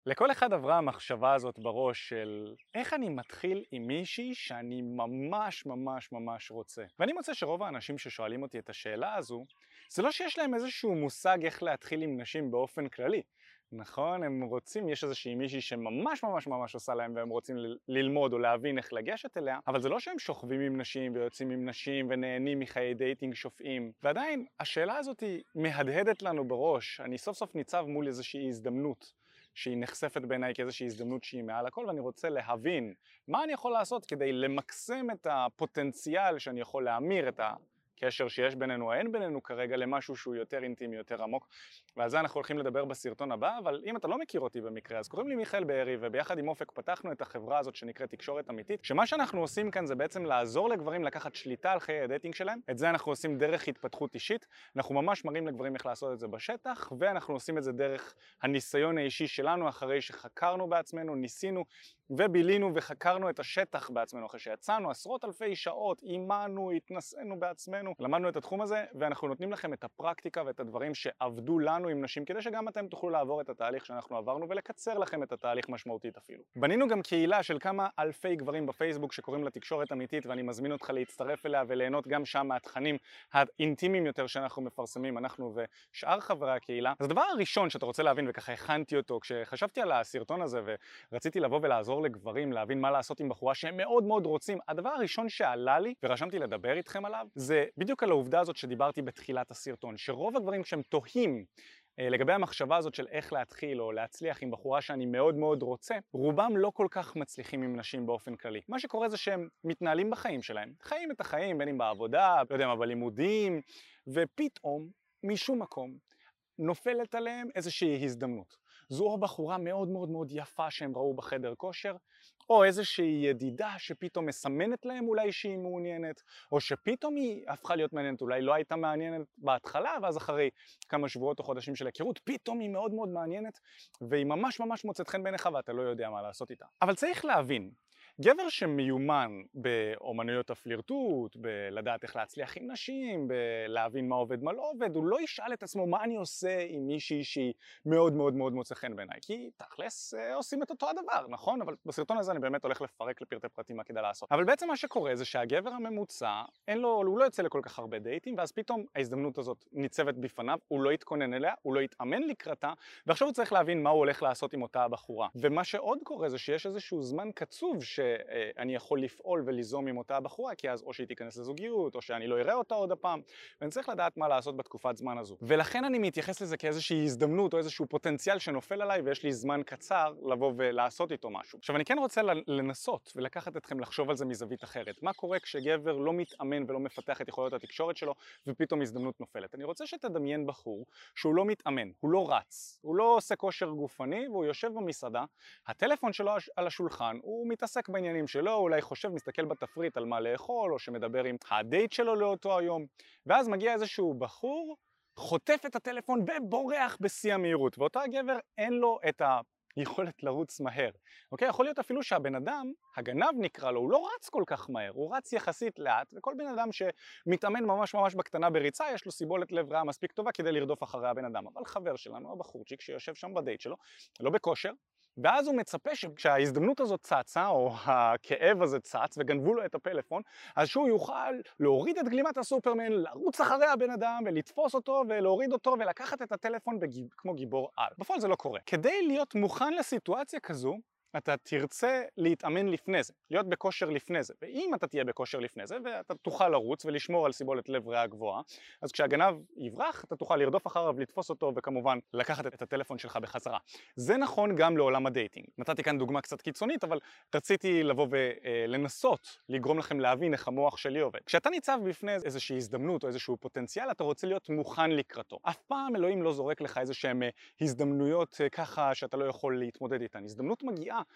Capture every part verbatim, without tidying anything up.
לכל אחד עברה המחשבה הזאת בראש של איך אני מתחיל עם מישהי שאני ממש ממש ממש רוצה. ואני מוצא שרוב האנשים ששואלים אותי את השאלה הזו, זה לא שיש להם איזשהו מושג איך להתחיל עם נשים באופן כללי. נכון, הם רוצים, יש איזושהי מישהי שממש ממש ממש עושה להם והם רוצים ל- ללמוד או להבין איך לגשת אליה, אבל זה לא שהם שוכבים עם נשים ויוצאים עם נשים ונהנים מחיי דייטינג שופעים. ועדיין, השאלה הזאת היא מהדהדת לנו בראש. אני סוף סוף ניצב מול איזושהי הזדמנות שהיא נחשפת בעיניי כאיזושהי הזדמנות שהיא מעל הכל, ואני רוצה להבין מה אני יכול לעשות כדי למקסם את הפוטנציאל שאני יכול להמיר את הקשר שיש בינינו או אין בינינו כרגע למשהו שהוא יותר אינטימי, יותר עמוק. ועל זה אנחנו הולכים לדבר בסרטון הבא. אבל אם אתה לא מכיר אותי במקרה, אז קוראים לי מיכאל בארי, וביחד עם אופק פתחנו את החברה הזאת שנקראת תקשורת אמיתית, שמה שאנחנו עושים כאן זה בעצם לעזור לגברים לקחת שליטה על חיי הדייטינג שלהם. את זה אנחנו עושים דרך התפתחות אישית. אנחנו ממש מראים לגברים איך לעשות את זה בשטח, ואנחנו עושים את זה דרך הניסיון האישי שלנו אחרי שחקרנו בעצמנו, ניסינו ובילינו וחקרנו את השטח בעצמנו, אחרי שיצאנו עשרות אלפי שעות, אימנו, התנסינו בעצמנו, למדנו את התחום הזה, ואנחנו נותנים לכם את הפרקטיקה ואת הדברים שעבדו לנו עם נשים, כדי שגם אתם תוכלו לעבור את התהליך שאנחנו עברנו ולקצר לכם את התהליך משמעותית אפילו. בנינו גם קהילה של כמה אלפי גברים בפייסבוק שקוראים לה תקשורת אמיתית, ואני מזמין אותך להצטרף אליה וליהנות גם שם מהתכנים האינטימיים יותר שאנחנו מפרסמים, אנחנו ושאר חברי הקהילה. אז הדבר הראשון שאתה רוצה להבין, וככה הכנתי אותו כשחשבתי על הסרטון הזה ורציתי לבוא ולעזור לגברים להבין מה לעשות עם בחורה שהם מאוד מאוד רוצים, הדבר הראשון שעלה לי ורשמתי לדבר איתכם עליו זה בדיוק על העובדה הזאת שדיברתי בתחילת הסרטון, שרוב הגברים כשהם תוהים לגבי המחשבה הזאת של איך להתחיל או להצליח עם בחורה שאני מאוד מאוד רוצה, רובם לא כל כך מצליחים עם נשים באופן כללי. מה שקורה זה שהם מתנהלים בחיים שלהם, חיים את החיים בין אם בעבודה, לא יודע מה, בלימודים, ופתאום משום מקום נופלת עליהם איזושהי הזדמנות. זו או בחורה מאוד מאוד מאוד יפה שהם ראו בחדר כושר, או איזושהי ידידה שפתאום מסמנת להם אולי שהיא מעוניינת, או שפתאום היא הפכה להיות מעניינת, אולי לא הייתה מעניינת בהתחלה, ואז אחרי כמה שבועות או חודשים של היכרות, פתאום היא מאוד מאוד מעניינת, והיא ממש ממש מוצאת חן בעיניך ואתה לא יודע מה לעשות איתה. אבל צריך להבין, גבר שמיומן באומנויות הפלירטוט, בלדעת איך להצליח עם נשים, בלהבין מה עובד מה לא עובד, הוא לא ישאל את עצמו מה אני עושה עם מישהי שהיא מאוד מאוד מאוד מוצא חן בעיניי, כי תכלס אה, עושים את אותו הדבר, נכון? אבל בסרטון הזה אני באמת הולך לפרק לפרטי פרטים מה כדאי לעשות. אבל בעצם מה שקורה זה שהגבר הממוצע, אין לו, הוא לא יוצא לכל כך הרבה דייטים, ואז פתאום ההזדמנות הזאת ניצבת בפניו, הוא לא יתכונן אליה, הוא לא יתאמן לקראתה, ועכשיו הוא צריך להבין מה הוא הולך לעשות עם אותה הבחורה. ומה שעוד קורה זה שיש איזשהו זמן קצוב שאני יכול לפעול וליזום עם אותה הבחורה, כי אז או שהיא תיכנס לזוגיות, או שאני לא אראה אותה עוד הפעם, ואני צריך לדעת מה לעשות בתקופת זמן הזו. ולכן אני מתייחס לזה כאיזושהי הזדמנות או איזשהו פוטנציאל שנופל עליי, ויש לי זמן קצר לבוא ולעשות איתו משהו. עכשיו אני כן רוצה לנסות ולקחת אתכם לחשוב על זה מזווית אחרת. מה קורה כשגבר לא מתאמן ולא מפתח את יכולות התקשורת שלו, ופתאום הזדמנות נופלת? אני רוצה שתדמיין בחור שהוא לא מתאמן, הוא לא רץ, הוא לא עושה כושר גופני, והוא יושב במסעדה, הטלפון שלו על השולחן, הוא מתעסק בעניינים שלו, אולי חושב, מסתכל בתפריט על מה לאכול, או שמדבר עם הדייט שלו לאותו היום, ואז מגיע איזשהו בחור, חוטף את הטלפון ובורח בשיא המהירות, ואותו הגבר אין לו את היכולת לרוץ מהר. אוקיי? יכול להיות אפילו שהבן אדם, הגנב נקרא לו, הוא לא רץ כל כך מהר, הוא רץ יחסית לאט, וכל בן אדם שמתאמן ממש ממש בקטנה בריצה, יש לו סיבולת לב ריאה מספיק טובה כדי לרדוף אחרי הבן אדם. אבל חבר שלנו, הבחורצ'יק שיושב שם בדייט שלו, לא בכושר, ואז הוא מצפה שכשההזדמנות הזאת צצה, או הכאב הזה צץ, וגנבו לו את הפלאפון, אז שהוא יוכל להוריד את גלימת הסופרמן, לרוץ אחרי הבן אדם, ולתפוס אותו, ולהוריד אותו, ולקחת את הטלפון בגיב, כמו גיבור על. בפועל זה לא קורה. כדי להיות מוכן לסיטואציה כזו, אתה תרצה להתאמן לפני זה, להיות בכושר לפני זה, ואם אתה תהיה בכושר לפני זה, ואתה תוכל לרוץ ולשמור על סיבולת לב ריאה גבוהה, אז כשהגנב יברח, אתה תוכל לרדוף אחריו, לתפוס אותו, וכמובן לקחת את הטלפון שלך בחזרה. זה נכון גם לעולם הדייטינג. נתתי כאן דוגמה קצת קיצונית, אבל רציתי לבוא ולנסות לגרום לכם להבין איך המוח שלי עובד. כשאתה ניצב בפני איזושהי הזדמנות או איזשהו פוטנציאל, אתה רוצה להיות מוכן לקראתו. אף פעם אלוהים לא זורק לך איזשהם הזדמנויות ככה שאתה לא יכול להתמודד איתן. הזדמנות מגיעה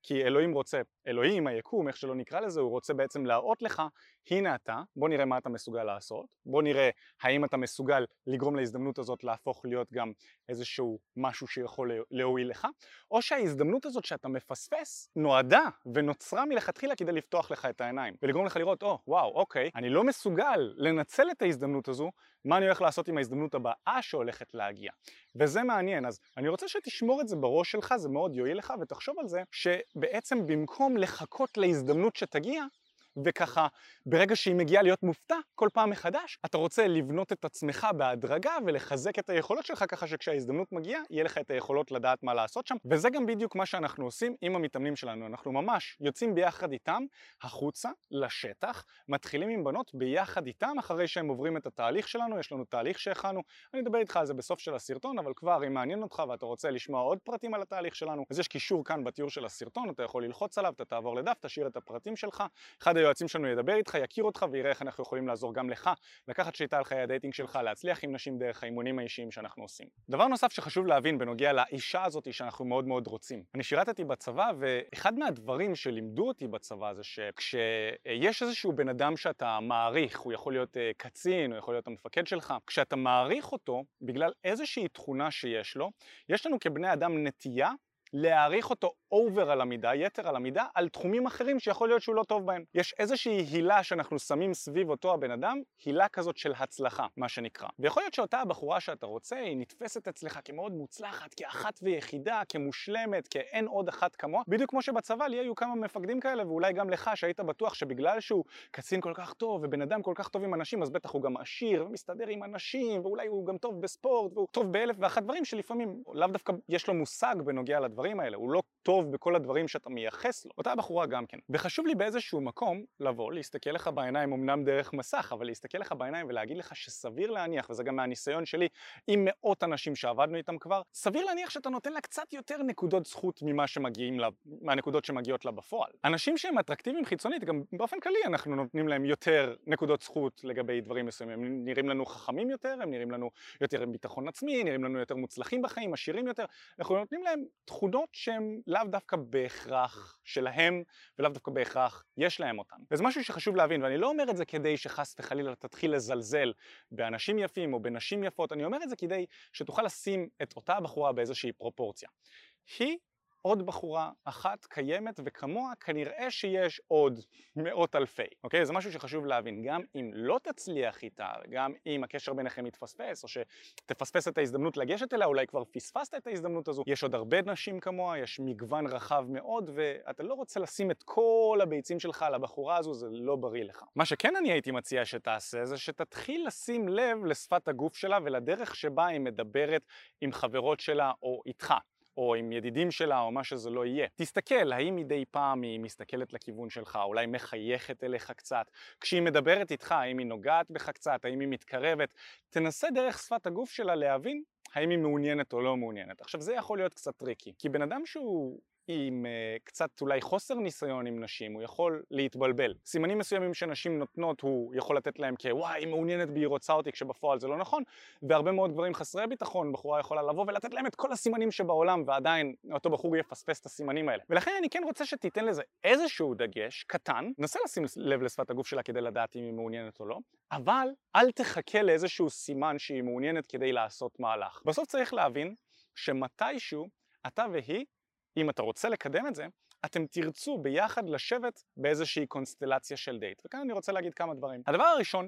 כי אלוהים רוצה, אלוהים, היקום, איך שלא נקרא לזה, הוא רוצה בעצם להראות לך, הנה אתה, בוא נראה מה אתה מסוגל לעשות, בוא נראה האם אתה מסוגל לגרום להזדמנות הזאת להפוך להיות גם איזשהו משהו שיכול להועיל לך, או שההזדמנות הזאת שאתה מפספס נועדה ונוצרה מלכתחילה כדי לפתוח לך את העיניים, ולגרום לך לראות, או, וואו, אוקיי, אני לא מסוגל לנצל את ההזדמנות הזו, מה אני הולך לעשות עם ההזדמנות הבאה שהולכת להגיע. וזה מעניין, אז אני רוצה שתשמור את זה בראש שלך, זה מאוד יועיל לך, ותחשוב על זה שבעצם במקום לחכות להזדמנות שתגיע, וככה ברגע שהיא מגיעה להיות מופתע כל פעם מחדש, אתה רוצה לבנות את עצמך בהדרגה ולחזק את היכולות שלך ככה שכשההזדמנות מגיעה יהיה לך את היכולות לדעת מה לעשות שם, וזה גם בדיוק מה שאנחנו עושים עם המתאמנים שלנו. אנחנו ממש יוצאים ביחד איתם החוצה לשטח, מתחילים עם בנות ביחד איתם אחרי שהם עוברים את התהליך שלנו. יש לנו תהליך שהכנו, אני אדבר איתך על זה בסוף של הסרטון, אבל כבר אם מעניין אותך ואתה רוצה לשמוע עוד פרטים על התהליך שלנו, אז יש קישור כאן בתיאור של הסרטון, אתה יכול ללחוץ עליו, אתה תעבור לדף, תשאיר את הפרטים שלך, אחד היועצים שלנו ידבר איתך, יכיר אותך ויראה איך אנחנו יכולים לעזור גם לך, לקחת שליטה על חיי הדייטינג שלך, להצליח עם נשים דרך האימונים האישיים שאנחנו עושים. דבר נוסף שחשוב להבין בנוגע לאישה הזאת שאנחנו מאוד מאוד רוצים. אני שירתתי בצבא, ואחד מהדברים שלימדו אותי בצבא זה שכשיש איזשהו בן אדם שאתה מעריך, הוא יכול להיות קצין, הוא יכול להיות המפקד שלך, כשאתה מעריך אותו בגלל איזושהי תכונה שיש לו, יש לנו כבני אדם נטייה להעריך אותו אובר על המידה, יתר על המידה, על תחומים אחרים שיכול להיות שהוא לא טוב בהם. יש איזושהי הילה שאנחנו שמים סביב אותו הבן אדם, הילה כזאת של הצלחה, מה שנקרא. ויכול להיות שאותה הבחורה שאתה רוצה, היא נתפסת אצלך כמאוד מוצלחת, כאחת ויחידה, כמושלמת, כאין עוד אחת כמוה. בדיוק כמו שבצבא לי היו כמה מפקדים כאלה, ואולי גם לך שהיית בטוח שבגלל שהוא קצין כל כך טוב, ובן אדם כל כך טוב עם אנשים, אז בטח הוא גם עשיר ומסתדר עם אנשים, ואולי הוא גם טוב בספורט, והוא טוב באלף ואחת דברים שלפעמים לאו דווקא יש לו מושג בנוגע לדברים האלה. הוא לא טוב בכל הדברים שאתה מייחס לו. אותה בחורה גם כן. וחשוב לי באיזשהו מקום לבוא, להסתכל לך בעיניים, אמנם דרך מסך, אבל להסתכל לך בעיניים ולהגיד לך שסביר להניח, וזה גם מהניסיון שלי עם מאות אנשים שעבדנו איתם כבר, סביר להניח שאתה נותן לה קצת יותר נקודות זכות ממה שמגיעים לה, מהנקודות שמגיעות לה בפועל. אנשים שהם אטרקטיביים חיצונית, גם באופן כללי אנחנו נותנים להם יותר נקודות זכות לגבי דברים מסוימים. הם נראים לנו חכמים יותר, הם נראים לנו יותר עם ביטחון עצמי, נראים לנו יותר מוצלחים בחיים, עשירים יותר. אנחנו נותנים להם תכונות שהם לאו דווקא בהכרח שלהם, ולאו דווקא בהכרח יש להם אותן. וזה משהו שחשוב להבין, ואני לא אומר את זה כדי שחס וחלילה תתחיל לזלזל באנשים יפים או בנשים יפות, אני אומר את זה כדי שתוכל לשים את אותה בחורה באיזושהי פרופורציה. היא עוד בחורה אחת קיימת, וכמוה כנראה שיש עוד מאות אלפי. אוקיי? זה משהו שחשוב להבין. גם אם לא תצליח איתה, גם אם הקשר ביניכם יתפספס, או שתפספס את ההזדמנות לגשת אליה, אולי כבר פספסת את ההזדמנות הזו, יש עוד הרבה נשים כמוה, יש מגוון רחב מאוד, ואתה לא רוצה לשים את כל הביצים שלך על הבחורה הזו, זה לא בריא לך. מה שכן אני הייתי מציע שתעשה, זה שתתחיל לשים לב לשפת הגוף שלה ולדרך שבה היא מדברת עם חברות שלה או איתך, או עם ידידים שלה, או מה שזה לא יהיה. תסתכל, האם מדי פעם היא מסתכלת לכיוון שלך, אולי מחייכת אליך קצת. כשהיא מדברת איתך, האם היא נוגעת בך קצת, האם היא מתקרבת. תנסה דרך שפת הגוף שלה להבין האם היא מעוניינת או לא מעוניינת. עכשיו, זה יכול להיות קצת טריקי, כי בן אדם שהוא עם uh, קצת אולי חוסר ניסיון עם נשים, הוא יכול להתבלבל. סימנים מסוימים שנשים נותנות, הוא יכול לתת להם כוואי, היא מעוניינת בי, היא רוצה אותי, כשבפועל זה לא נכון, והרבה מאוד גברים חסרי ביטחון, בחורה יכולה לבוא ולתת להם את כל הסימנים שבעולם, ועדיין אותו בחור יפספס את הסימנים האלה. ולכן אני כן רוצה שתיתן לזה איזשהו דגש קטן, נסה לשים לב לשפת הגוף שלה כדי לדעת אם היא מעוניינת או לא, אבל אל תחכה לאיזשהו סימן שהיא מעוניינת כדי לעשות מהלך. בסוף צריך להבין שמתישהו אתה והיא, אם אתה רוצה לקדם את זה, אתם תרצו ביחד לשבת באיזושהי קונסטלציה של דייט. וכאן אני רוצה להגיד כמה דברים. הדבר הראשון,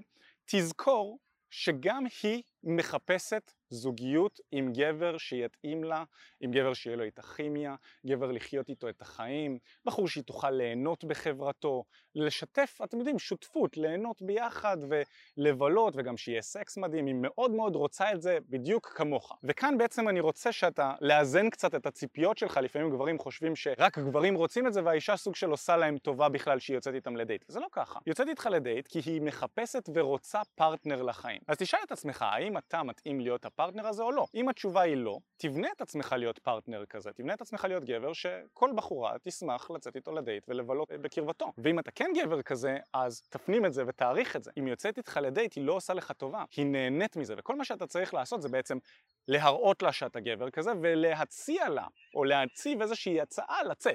תזכור שגם היא מחפשת זוגיות עם גבר שיתאים לה, עם גבר שיהיה לו איתה כימיה, גבר לחיות איתו את החיים, בחור שהיא תוכל ליהנות בחברתו, לשתף, אתם יודעים, שותפות, ליהנות ביחד ולבלות, וגם שיהיה סקס מדהים. היא מאוד מאוד רוצה את זה בדיוק כמוך. וכאן בעצם אני רוצה שאתה לאזן קצת את הציפיות שלך. לפעמים גברים חושבים שרק גברים רוצים את זה, והאישה סוג של עושה להם טובה בכלל שהיא יוצאת איתם לדייט. זה לא ככה. יוצאת איתך לדייט כי היא מחפשת ורוצה פרטנר לחיים. אז תשאל את עצמך, האם אתה מתאים להיות הפרטנר הזה או לא? אם התשובה היא לא, תבנה את עצמך להיות פרטנר כזה, תבנה את עצמך להיות גבר שכל בחורה תשמח לצאת איתו לדייט ולבלות בקרבתו. ואם אתה כן גבר כזה, אז תפנים את זה ותעריך את זה. אם יוצאת איתך לדייט, היא לא עושה לך טובה, היא נהנית מזה, וכל מה שאתה צריך לעשות זה בעצם להראות לה שאתה גבר כזה ולהציע לה, או להציב איזושהי הצעה לצאת.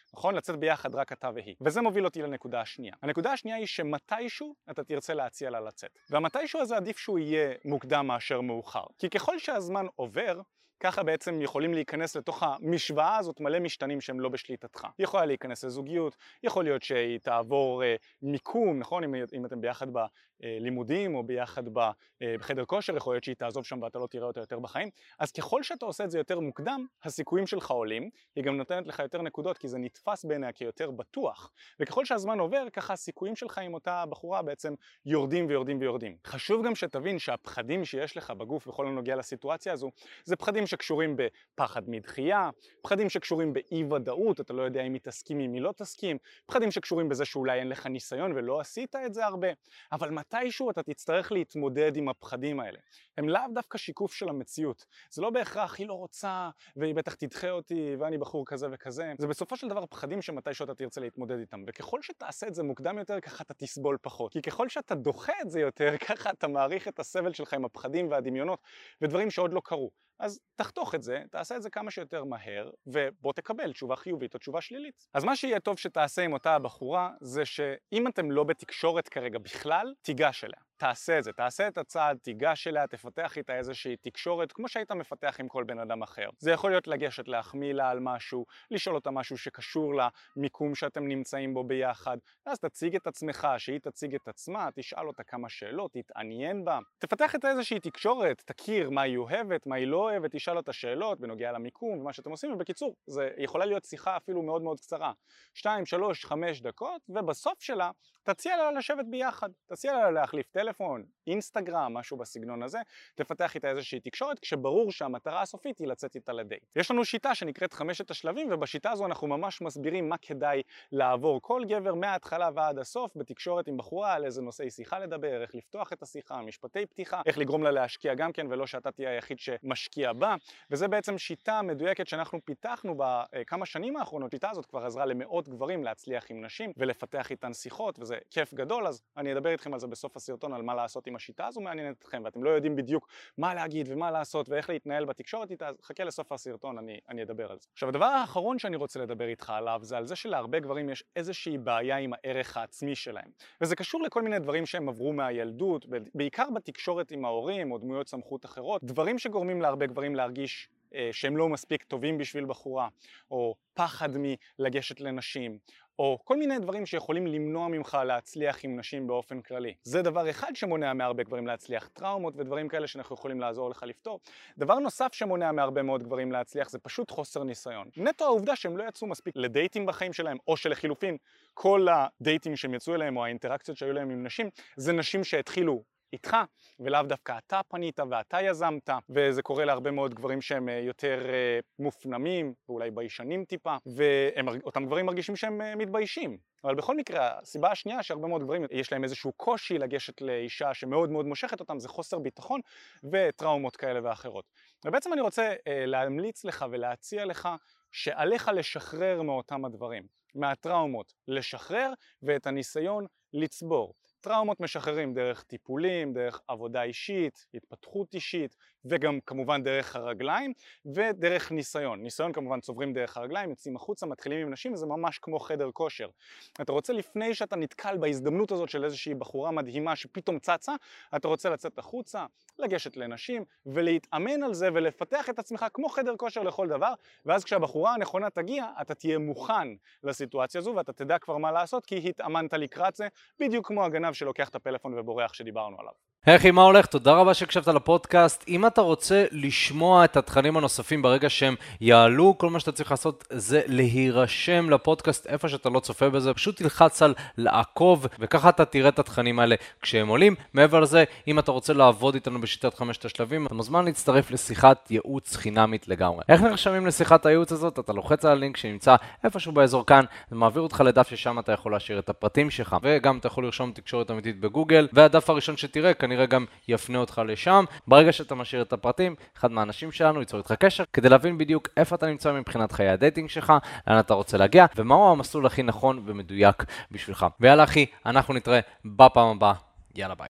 נכון? לצאת ביחד רק אתה והיא. וזה מוביל אותי לנקודה השנייה. הנקודה השנייה היא שמתישהו אתה תרצה להציע לה לצאת. והמתישהו הזה עדיף שהוא יהיה מוקדם מאשר מאוחר. כי ככל שהזמן עובר, ככה בעצם יכולים להיכנס לתוך המשוואה הזאת מלא משתנים שהם לא בשליטתך. היא יכולה להיכנס לזוגיות, יכול להיות שהיא תעבור אה, מיקום, נכון? אם, אם אתם ביחד בלימודים או ביחד בחדר כושר, יכול להיות שהיא תעזוב שם ואתה לא תראה אותה יותר בחיים. אז ככל שאתה עושה את זה יותר מוקדם, הסיכויים שלך עולים, היא גם נותנת לך יותר נקודות כי זה נתפס בעיניה כיותר בטוח. וככל שהזמן עובר, ככה הסיכויים שלך עם אותה בחורה בעצם יורדים ויורדים ויורדים. חשוב גם שתבין שהפחדים שיש לך בגוף בכל הנוגע לסיטואציה הזו, זה פחדים שקשורים בפחד מדחייה, פחדים שקשורים באי ודאות, אתה לא יודע אם היא תסכים אם היא לא תסכים, פחדים שקשורים בזה שאולי אין לך ניסיון ולא עשית את זה הרבה, אבל מתישהו אתה תצטרך להתמודד עם הפחדים האלה. הם לאו דווקא שיקוף של המציאות. זה לא בהכרח היא לא רוצה והיא בטח תדחה אותי ואני בחור כזה וכזה. זה בסופו של דבר פחדים שמתישהו אתה תרצה להתמודד איתם, וככל שתעשה את זה מוקדם יותר ככה אתה תסבול פחות, כי ככל שאתה דוחה את זה יותר ככה אתה מעריך את הסבל שלך עם הפחדים והדמיונות ודברים שעוד לא קרו. אז תחתוך את זה, תעשה את זה כמה שיותר מהר, ובוא תקבל תשובה חיובית או תשובה שלילית. אז מה שיהיה טוב שתעשה עם אותה הבחורה, זה שאם אתם לא בתקשורת כרגע בכלל, תיגש אליה. תעשה את זה, תעשה את הצעד, תיגש אליה, תפתח איתה איזושהי תקשורת, כמו שהיית מפתח עם כל בן אדם אחר. זה יכול להיות לגשת להחמיא לה על משהו, לשאול אותה משהו שקשור למיקום שאתם נמצאים בו ביחד, אז תציג את עצמך, שהיא תציג את עצמה, תשאל אותה כמה שאלות, תתעניין בה. תפתח את איזושהי תקשורת, תכיר מה היא אוהבת, מה היא לא אוהבת, תשאל אותה שאלות בנוגע למיקום ומה שאתם עושים, ובקיצור, זה יכולה להיות שיחה אפילו מאוד מאוד קצרה. שתיים, שלוש, חמש דקות, ובסוף שלה תציע לה לשבת ביחד, תציע לה להחליף טלפון, אינסטגרם, משהו בסגנון הזה, תפתח איתה איזושהי תקשורת, כשברור שהמטרה הסופית היא לצאת איתה לדייט. יש לנו שיטה שנקראת חמשת השלבים, ובשיטה הזו אנחנו ממש מסבירים מה כדאי לעבור. כל גבר מההתחלה ועד הסוף בתקשורת עם בחורה, על איזה נושאי שיחה לדבר, איך לפתוח את השיחה, משפטי פתיחה, איך לגרום לה להשקיע גם כן, ולא שאתה תהיה היחיד שמשקיע בה. וזה בעצם שיטה מדויקת שאנחנו פיתחנו בכמה שנים האחרונות. השיטה הזאת כבר עזרה למאות גברים להצליח עם נשים ולפתח איתן שיחות, וזה כיף גדול. אז אני אדבר איתכם על זה בסוף הסרטון, על מה לעשות עם השיטה הזו מעניינת אתכם, ואתם לא יודעים בדיוק מה להגיד ומה לעשות ואיך להתנהל בתקשורת איתה, אז חכה לסוף הסרטון, אני, אני אדבר על זה. עכשיו, הדבר האחרון שאני רוצה לדבר איתך עליו, זה על זה שלהרבה גברים יש איזושהי בעיה עם הערך העצמי שלהם. וזה קשור לכל מיני דברים שהם עברו מהילדות, בעיקר בתקשורת עם ההורים או דמויות סמכות אחרות, דברים שגורמים להרבה גברים להרגיש שהם לא מספיק טובים בשביל בחורה, או פחד מלגשת לנשים, או כל מיני דברים שיכולים למנוע ממך להצליח עם נשים באופן כללי. זה דבר אחד שמונע מהרבה גברים להצליח, טראומות ודברים כאלה שאנחנו יכולים לעזור לך לפתור. דבר נוסף שמונע מהרבה מאוד גברים להצליח זה פשוט חוסר ניסיון. נטו העובדה שהם לא יצאו מספיק לדייטים בחיים שלהם, או שלחילופין כל הדייטים שהם יצאו אליהם או האינטראקציות שהיו להם עם נשים, זה נשים שהתחילו איתך, ולאו דווקא אתה פנית ואתה יזמת, וזה קורה להרבה מאוד גברים שהם יותר מופנמים, ואולי ביישנים טיפה, ואותם גברים מרגישים שהם מתביישים. אבל בכל מקרה, הסיבה השנייה שהרבה מאוד גברים יש להם איזשהו קושי לגשת לאישה שמאוד מאוד מושכת אותם, זה חוסר ביטחון וטראומות כאלה ואחרות. ובעצם אני רוצה להמליץ לך ולהציע לך שעליך לשחרר מאותם הדברים, מהטראומות לשחרר, ואת הניסיון לצבור. טראומות משחררים דרך טיפולים, דרך עבודה אישית, התפתחות אישית, וגם כמובן דרך הרגליים ודרך ניסיון. ניסיון כמובן צוברים דרך הרגליים, יוצאים החוצה, מתחילים עם נשים, וזה ממש כמו חדר כושר. אתה רוצה לפני שאתה נתקל בהזדמנות הזאת של איזושהי בחורה מדהימה שפתאום צצה, אתה רוצה לצאת החוצה, לגשת לנשים ולהתאמן על זה ולפתח את עצמך כמו חדר כושר לכל דבר, ואז כשהבחורה הנכונה תגיע, אתה תהיה מוכן לסיטואציה הזו ואתה תדע כבר מה לעשות, כי התאמנת לקראת זה, בדיוק כמו הגנב שלוקח את הפלאפון ובורח שדיברנו עליו. היי אחי, מה הולך? תודה רבה שהקשבת לפודקאסט. אם אתה רוצה לשמוע את התכנים הנוספים ברגע שהם יעלו, כל מה שאתה צריך לעשות זה להירשם לפודקאסט איפה שאתה לא צופה בזה. פשוט תלחץ על לעקוב, וככה אתה תראה את התכנים האלה כשהם עולים. מעבר לזה, אם אתה רוצה לעבוד איתנו בשיטת חמשת השלבים, אתה מוזמן להצטרף לשיחת ייעוץ חינמית לגמרי. איך נרשמים לשיחת הייעוץ הזאת? אתה לוחץ על הלינק שנמצא איפשהו באזור כאן, זה מעביר אותך לדף ששם אתה יכול להשאיר את הפרטים שלך, וגם אתה יכול לרשום תקשורת אמיתית בגוגל, והדף הראשון שתראה כנראה גם יפנה אותך לשם. ברגע שאתה משאיר את הפרטים, אחד מהאנשים שלנו ייצור איתך קשר כדי להבין בדיוק איפה אתה נמצא מבחינת חיי הדייטינג שלך, לאן אתה רוצה להגיע, ומהו המסלול הכי נכון ומדויק בשבילך. ויאללה אחי, אנחנו נתראה בפעם הבאה. יאללה ביי.